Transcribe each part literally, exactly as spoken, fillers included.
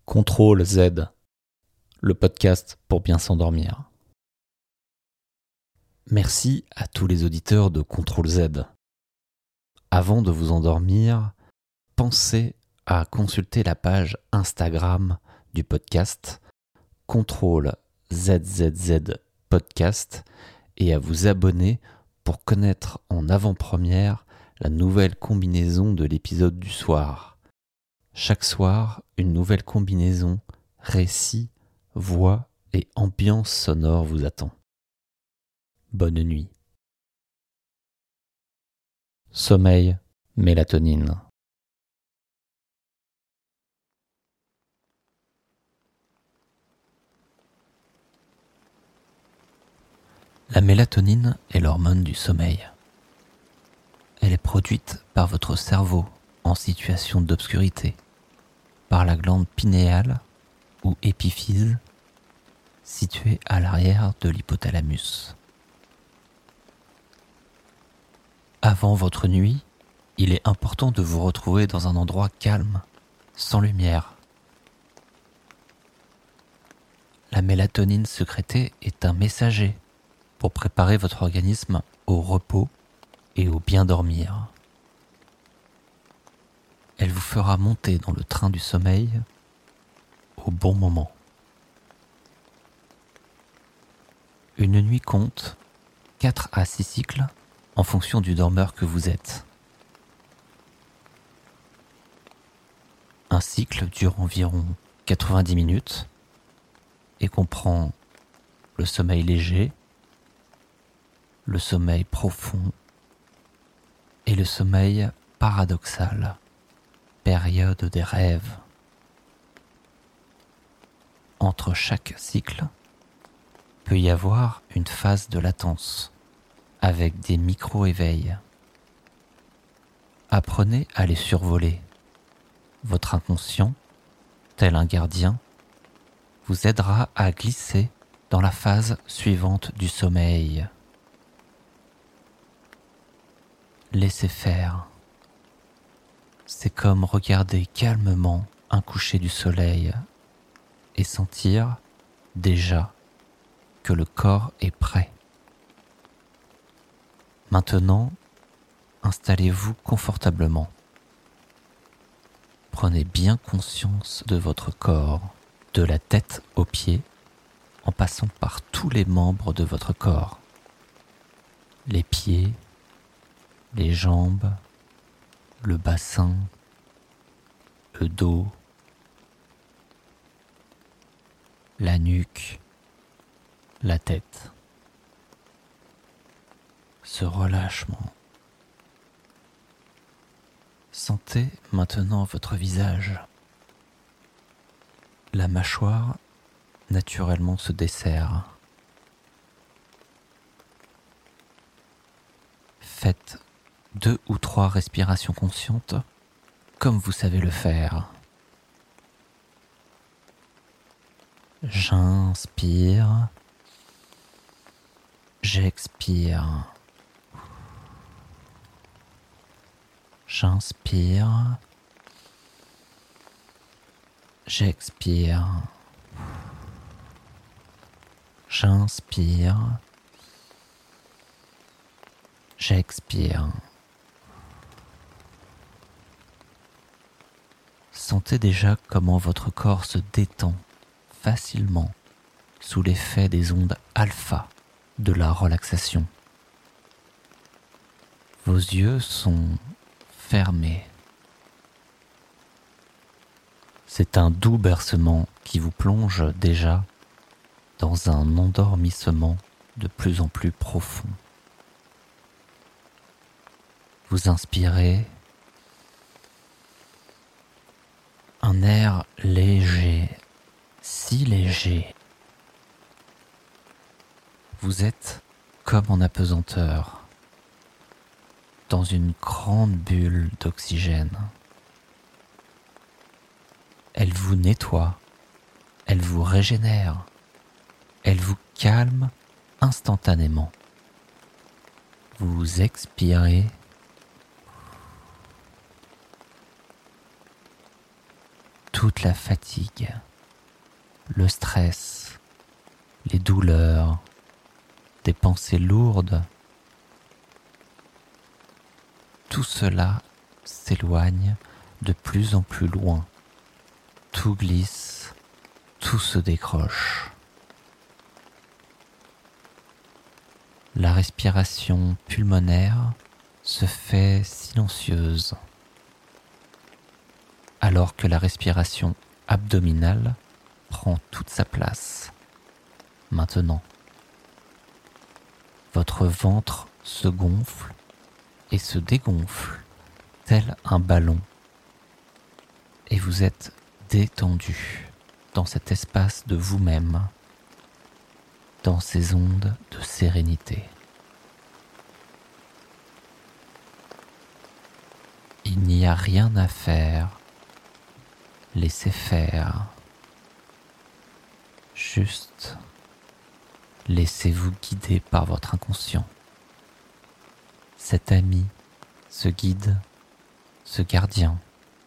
contrôle Z, le podcast pour bien s'endormir. Merci à tous les auditeurs de contrôle Z. Avant de vous endormir, pensez à consulter la page Instagram du podcast contrôle Z Z Z podcast et à vous abonner pour connaître en avant-première la nouvelle combinaison de l'épisode du soir. Chaque soir, une nouvelle combinaison, récit, voix et ambiance sonore vous attend. Bonne nuit. Sommeil, mélatonine. La mélatonine est l'hormone du sommeil. Elle est produite par votre cerveau en situation d'obscurité, par la glande pinéale ou épiphyse située à l'arrière de l'hypothalamus. Avant votre nuit, il est important de vous retrouver dans un endroit calme, sans lumière. La mélatonine sécrétée est un messager pour préparer votre organisme au repos et au bien dormir. Elle vous fera monter dans le train du sommeil au bon moment. Une nuit compte quatre à six cycles en fonction du dormeur que vous êtes. Un cycle dure environ quatre-vingt-dix minutes et comprend le sommeil léger, le sommeil profond et le sommeil paradoxal, période des rêves. Entre chaque cycle, peut y avoir une phase de latence avec des micro-éveils. Apprenez à les survoler. Votre inconscient, tel un gardien, vous aidera à glisser dans la phase suivante du sommeil. Laissez faire. C'est comme regarder calmement un coucher du soleil et sentir déjà que le corps est prêt. Maintenant, installez-vous confortablement. Prenez bien conscience de votre corps, de la tête aux pieds, en passant par tous les membres de votre corps. Les pieds, les jambes, le bassin, le dos, la nuque, la tête. Ce relâchement. Sentez maintenant votre visage. La mâchoire naturellement se desserre. Faites deux ou trois respirations conscientes comme vous savez le faire. J'inspire. J'expire. J'inspire. J'expire. J'inspire. J'expire. Sentez déjà comment votre corps se détend facilement sous l'effet des ondes alpha de la relaxation. Vos yeux sont fermés. C'est un doux bercement qui vous plonge déjà dans un endormissement de plus en plus profond. Vous inspirez un air léger, si léger. Vous êtes comme en apesanteur, dans une grande bulle d'oxygène. Elle vous nettoie, elle vous régénère, elle vous calme instantanément. Vous expirez toute la fatigue, le stress, les douleurs, des pensées lourdes, tout cela s'éloigne de plus en plus loin. Tout glisse, tout se décroche. La respiration pulmonaire se fait silencieuse, alors que la respiration abdominale prend toute sa place. Maintenant, votre ventre se gonfle et se dégonfle tel un ballon, et vous êtes détendu dans cet espace de vous-même, dans ces ondes de sérénité. Il n'y a rien à faire, laissez faire, juste laissez-vous guider par votre inconscient. Cet ami, ce guide, ce gardien,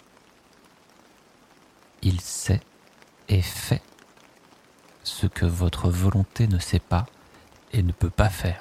il sait et fait ce que votre volonté ne sait pas et ne peut pas faire.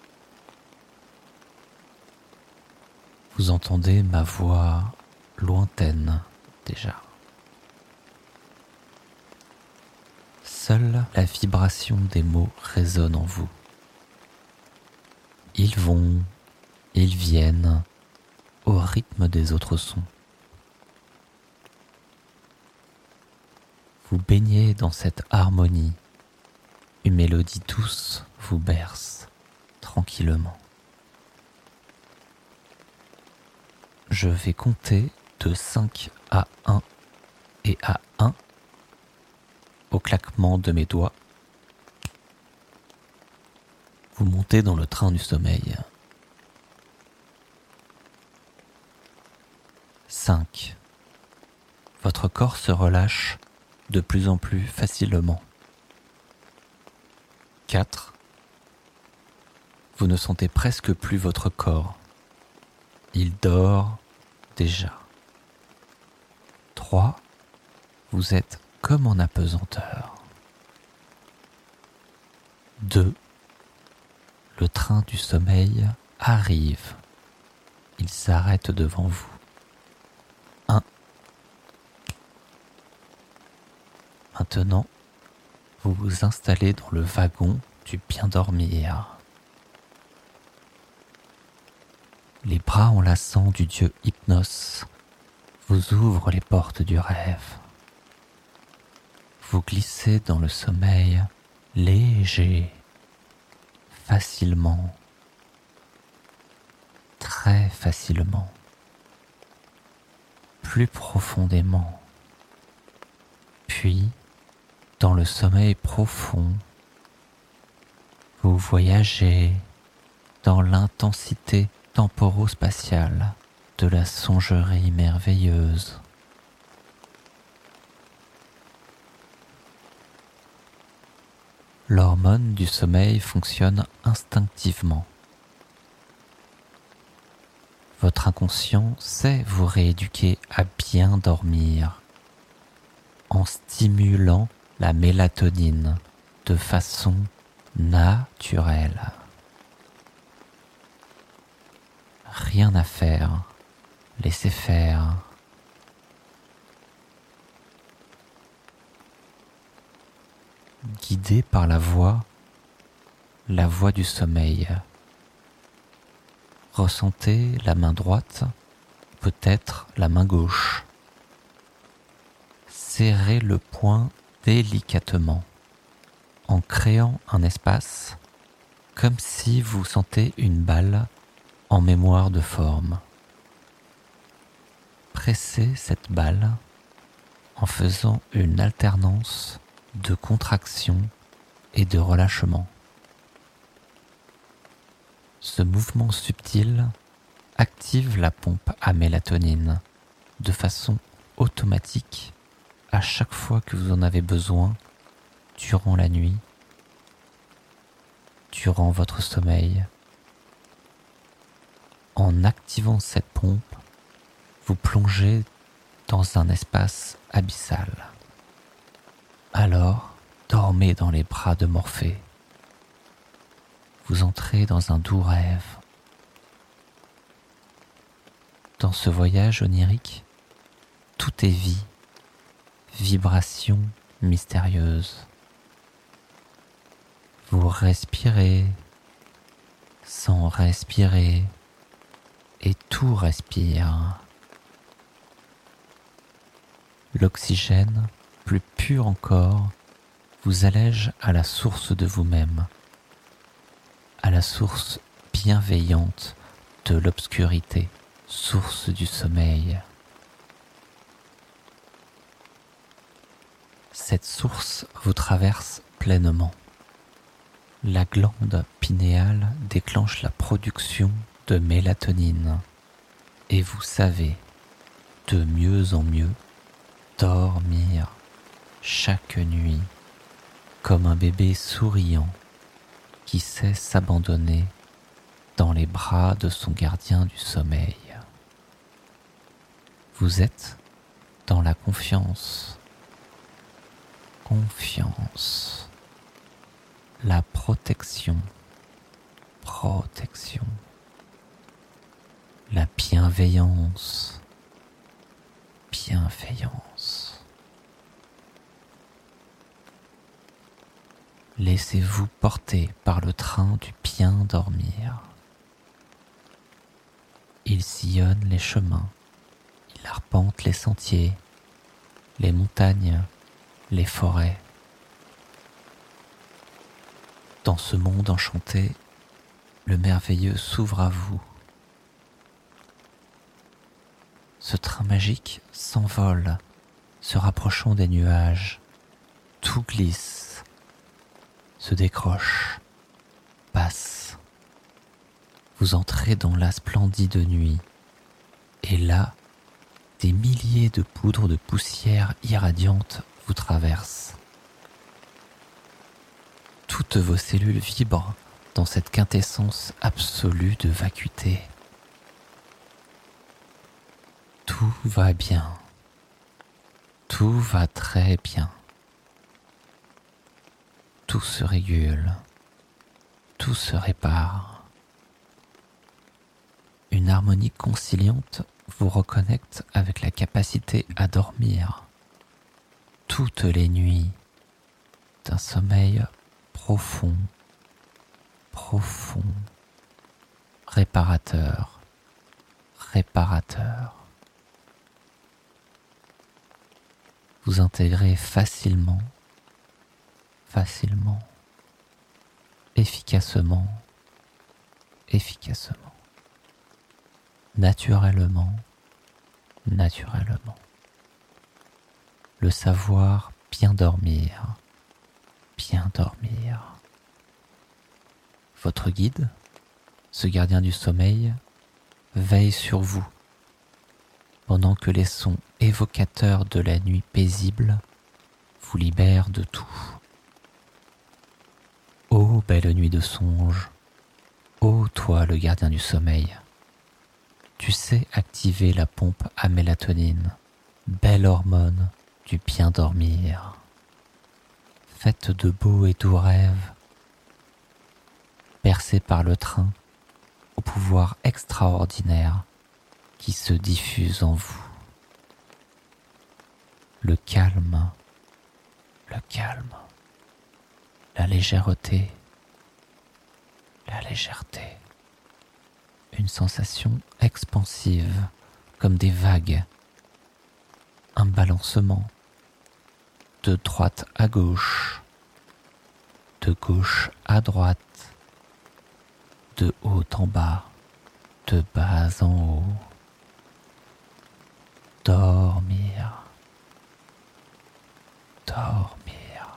Vous entendez ma voix lointaine déjà. Seule la vibration des mots résonne en vous. Ils vont, ils viennent au rythme des autres sons. Vous baignez dans cette harmonie. Une mélodie douce vous berce tranquillement. Je vais compter de cinq à un et à un au claquement de mes doigts. Vous montez dans le train du sommeil. cinq. Votre corps se relâche de plus en plus facilement. quatre. Vous ne sentez presque plus votre corps. Il dort déjà. trois. Vous êtes comme en apesanteur. deux. Le train du sommeil arrive. Il s'arrête devant vous. un. Maintenant, vous vous installez dans le wagon du bien dormir. Les bras enlaçants du dieu Hypnos vous ouvrent les portes du rêve. Vous glissez dans le sommeil léger, facilement, très facilement, plus profondément. Puis, dans le sommeil profond, vous voyagez dans l'intensité temporo-spatiale de la songerie merveilleuse. L'hormone du sommeil fonctionne instinctivement. Votre inconscient sait vous rééduquer à bien dormir en stimulant la mélatonine de façon naturelle. Rien à faire, laissez faire. Guidé par la voix, la voix du sommeil. Ressentez la main droite, peut-être la main gauche. Serrez le poing délicatement, en créant un espace, comme si vous sentez une balle en mémoire de forme. Pressez cette balle en faisant une alternance de contraction et de relâchement. Ce mouvement subtil active la pompe à mélatonine de façon automatique à chaque fois que vous en avez besoin durant la nuit, durant votre sommeil. En activant cette pompe, vous plongez dans un espace abyssal. Alors, dormez dans les bras de Morphée. Vous entrez dans un doux rêve. Dans ce voyage onirique, tout est vie, vibration mystérieuse. Vous respirez, sans respirer, et tout respire. L'oxygène, plus pur encore, vous allège à la source de vous-même, à la source bienveillante de l'obscurité, source du sommeil. Cette source vous traverse pleinement. La glande pinéale déclenche la production de mélatonine et vous savez, de mieux en mieux, dormir chaque nuit comme un bébé souriant qui sait s'abandonner dans les bras de son gardien du sommeil. Vous êtes dans la confiance. Confiance. La protection. Protection. La bienveillance. Bienveillance. Laissez-vous porter par le train du bien dormir. Il sillonne les chemins, il arpente les sentiers, les montagnes, les forêts. Dans ce monde enchanté, le merveilleux s'ouvre à vous. Ce train magique s'envole, se rapprochant des nuages. Tout glisse, se décroche, passe. Vous entrez dans la splendide nuit, et là, des milliers de poudres de poussière irradiante vous traversent. Toutes vos cellules vibrent dans cette quintessence absolue de vacuité. Tout va bien. Tout va très bien. Tout se régule. Tout se répare. Une harmonie conciliante vous reconnecte avec la capacité à dormir toutes les nuits d'un sommeil profond, profond, réparateur, réparateur. Vous intégrez facilement, facilement, efficacement, efficacement, naturellement, naturellement. Le savoir bien dormir, bien dormir. Votre guide, ce gardien du sommeil, veille sur vous pendant que les sons évocateurs de la nuit paisible vous libèrent de tout. Ô belle nuit de songe, ô toi le gardien du sommeil, tu sais activer la pompe à mélatonine, belle hormone du bien dormir. Faites de beaux et doux rêves, bercés par le train au pouvoir extraordinaire qui se diffuse en vous. Le calme, le calme, la légèreté, la légèreté. Une sensation expansive comme des vagues, un balancement de droite à gauche, de gauche à droite, de haut en bas, de bas en haut. Dormir, dormir,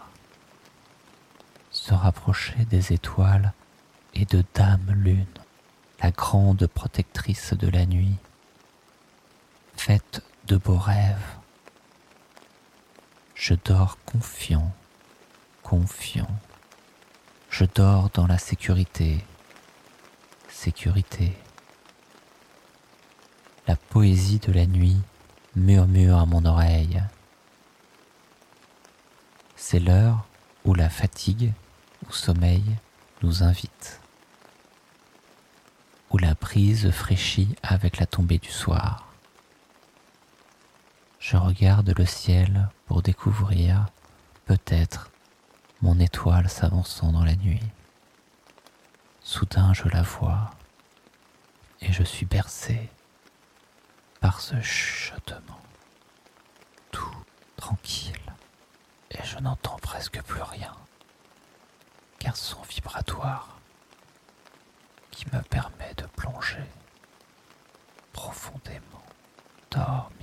se rapprocher des étoiles et de Dame Lune, la grande protectrice de la nuit. Faites de beaux rêves. Je dors confiant, confiant. Je dors dans la sécurité, sécurité. La poésie de la nuit murmure à mon oreille. C'est l'heure où la fatigue ou sommeil nous invite, où la brise fraîchit avec la tombée du soir. Je regarde le ciel pour découvrir, peut-être, mon étoile s'avançant dans la nuit. Soudain je la vois et je suis bercé par ce chuchotement, tout tranquille, et je n'entends presque plus rien, qu'un son vibratoire qui me permet de plonger profondément dormi.